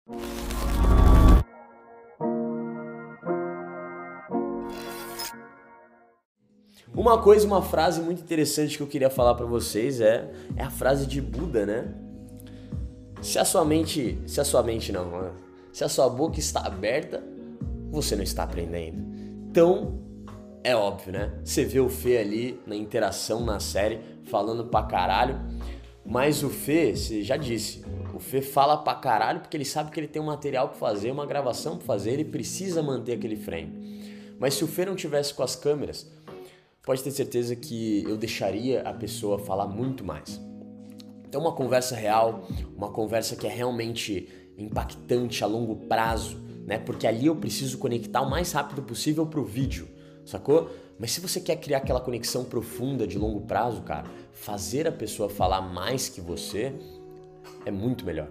Uma frase muito interessante que eu queria falar pra vocês é a frase de Buda, né? Se a sua boca está aberta, você não está aprendendo. Então, é óbvio, né? Você vê o Fê ali na interação na série, falando pra caralho, mas o Fê, você já disse, o Fê fala pra caralho porque ele sabe que ele tem um material pra fazer, uma gravação pra fazer, ele precisa manter aquele frame. Mas se o Fê não tivesse com as câmeras, pode ter certeza que eu deixaria a pessoa falar muito mais. Então uma conversa real, uma conversa que é realmente impactante a longo prazo, né? Porque ali eu preciso conectar o mais rápido possível pro vídeo, sacou? Mas se você quer criar aquela conexão profunda de longo prazo, cara, fazer a pessoa falar mais que você é muito melhor,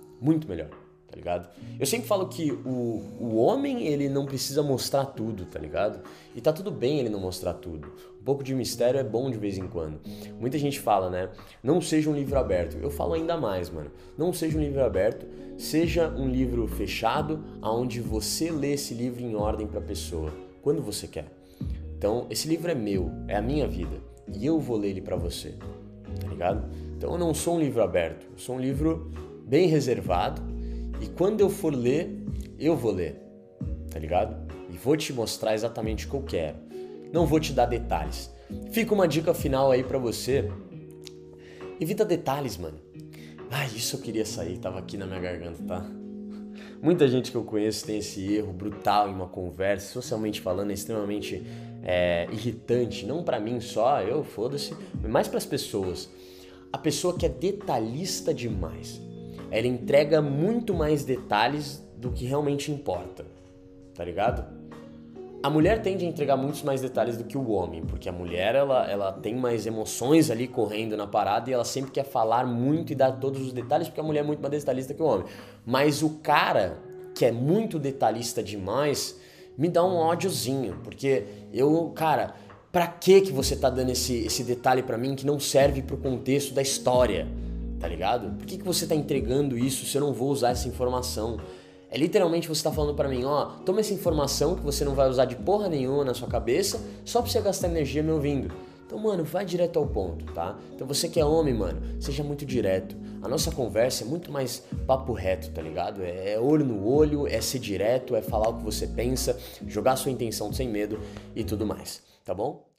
tá ligado? Eu sempre falo que o homem, ele não precisa mostrar tudo, tá ligado? E tá tudo bem ele não mostrar tudo. Um pouco de mistério é bom de vez em quando. Muita gente fala, né? Não seja um livro aberto. Eu falo ainda mais, mano. Não seja um livro aberto, seja um livro fechado, onde você lê esse livro em ordem pra pessoa, quando você quer. Então, esse livro é meu, é a minha vida, e eu vou ler ele pra você, tá ligado? Então eu não sou um livro aberto, eu sou um livro bem reservado, e quando eu for ler, eu vou ler, tá ligado? E vou te mostrar exatamente o que eu quero. Não vou te dar detalhes. Fica uma dica final aí pra você. Evita detalhes, mano. Isso eu queria sair, tava aqui na minha garganta, tá? Muita gente que eu conheço tem esse erro brutal em uma conversa, socialmente falando, é extremamente irritante. Não pra mim só, foda-se, mas mais pras pessoas. A pessoa que é detalhista demais. Ela entrega muito mais detalhes do que realmente importa, tá ligado? A mulher tende a entregar muitos mais detalhes do que o homem, porque a mulher, ela tem mais emoções ali correndo na parada e ela sempre quer falar muito e dar todos os detalhes, porque a mulher é muito mais detalhista que o homem. Mas o cara que é muito detalhista demais me dá um ódiozinho, porque cara, pra que você tá dando esse detalhe pra mim que não serve pro contexto da história? Tá ligado? Por que você tá entregando isso se eu não vou usar essa informação? É literalmente você tá falando pra mim, toma essa informação que você não vai usar de porra nenhuma na sua cabeça, só pra você gastar energia me ouvindo. Então, mano, vai direto ao ponto, tá? Então você que é homem, mano, seja muito direto. A nossa conversa é muito mais papo reto, tá ligado? É olho no olho, é ser direto, é falar o que você pensa, jogar a sua intenção sem medo e tudo mais, tá bom?